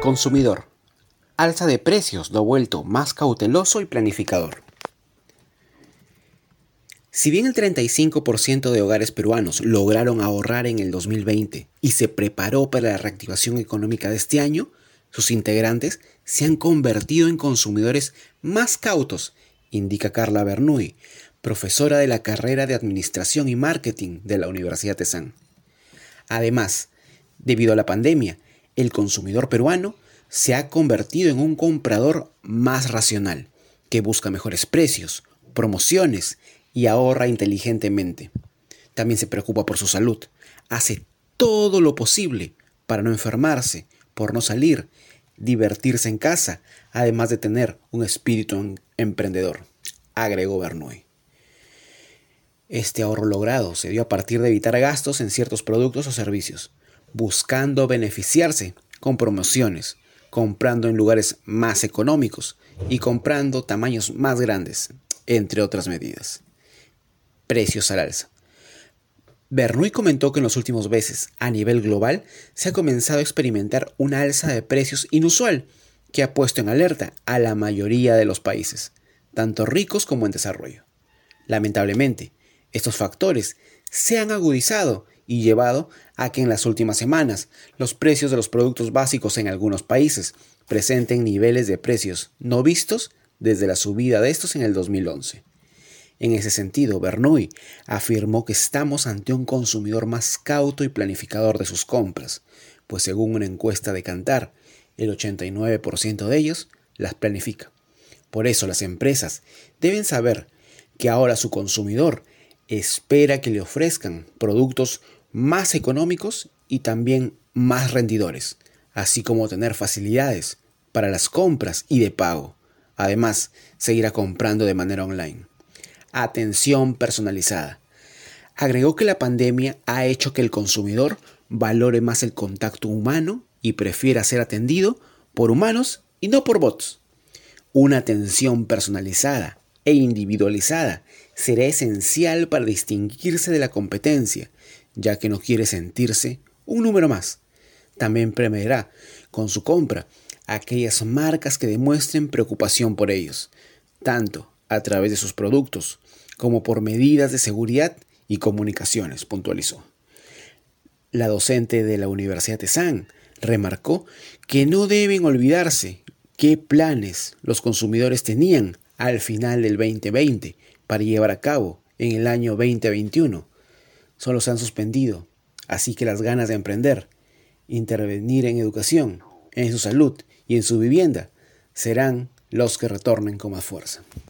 Consumidor. Alza de precios lo ha vuelto más cauteloso y planificador. Si bien el 35% de hogares peruanos lograron ahorrar en el 2020 y se preparó para la reactivación económica de este año, sus integrantes se han convertido en consumidores más cautos, indica Carla Bernoulli, profesora de la carrera de Administración y Marketing de la Universidad de San. Además, debido a la pandemia, el consumidor peruano se ha convertido en un comprador más racional, que busca mejores precios, promociones y ahorra inteligentemente. También se preocupa por su salud, hace todo lo posible para no enfermarse, por no salir, divertirse en casa, además de tener un espíritu emprendedor, agregó Bernoulli. Este ahorro logrado se dio a partir de evitar gastos en ciertos productos o servicios, buscando beneficiarse con promociones, comprando en lugares más económicos y comprando tamaños más grandes, entre otras medidas. Precios al alza. Bernoulli comentó que en los últimos meses, a nivel global, se ha comenzado a experimentar una alza de precios inusual que ha puesto en alerta a la mayoría de los países, tanto ricos como en desarrollo. Lamentablemente, estos factores se han agudizado y llevado a que en las últimas semanas los precios de los productos básicos en algunos países presenten niveles de precios no vistos desde la subida de estos en el 2011. En ese sentido, Bernoulli afirmó que estamos ante un consumidor más cauto y planificador de sus compras, pues según una encuesta de Kantar, el 89% de ellos las planifica. Por eso las empresas deben saber que ahora su consumidor espera que le ofrezcan productos más económicos y también más rendidores, así como tener facilidades para las compras y de pago. Además, seguirá comprando de manera online. Atención personalizada. Agregó que la pandemia ha hecho que el consumidor valore más el contacto humano y prefiera ser atendido por humanos y no por bots. Una atención personalizada e individualizada será esencial para distinguirse de la competencia, ya que no quiere sentirse un número más. También premiará con su compra aquellas marcas que demuestren preocupación por ellos, tanto a través de sus productos como por medidas de seguridad y comunicaciones, puntualizó. La docente de la Universidad de San remarcó que no deben olvidarse qué planes los consumidores tenían al final del 2020 para llevar a cabo en el año 2021. Solo se han suspendido, así que las ganas de emprender, intervenir en educación, en su salud y en su vivienda serán los que retornen con más fuerza.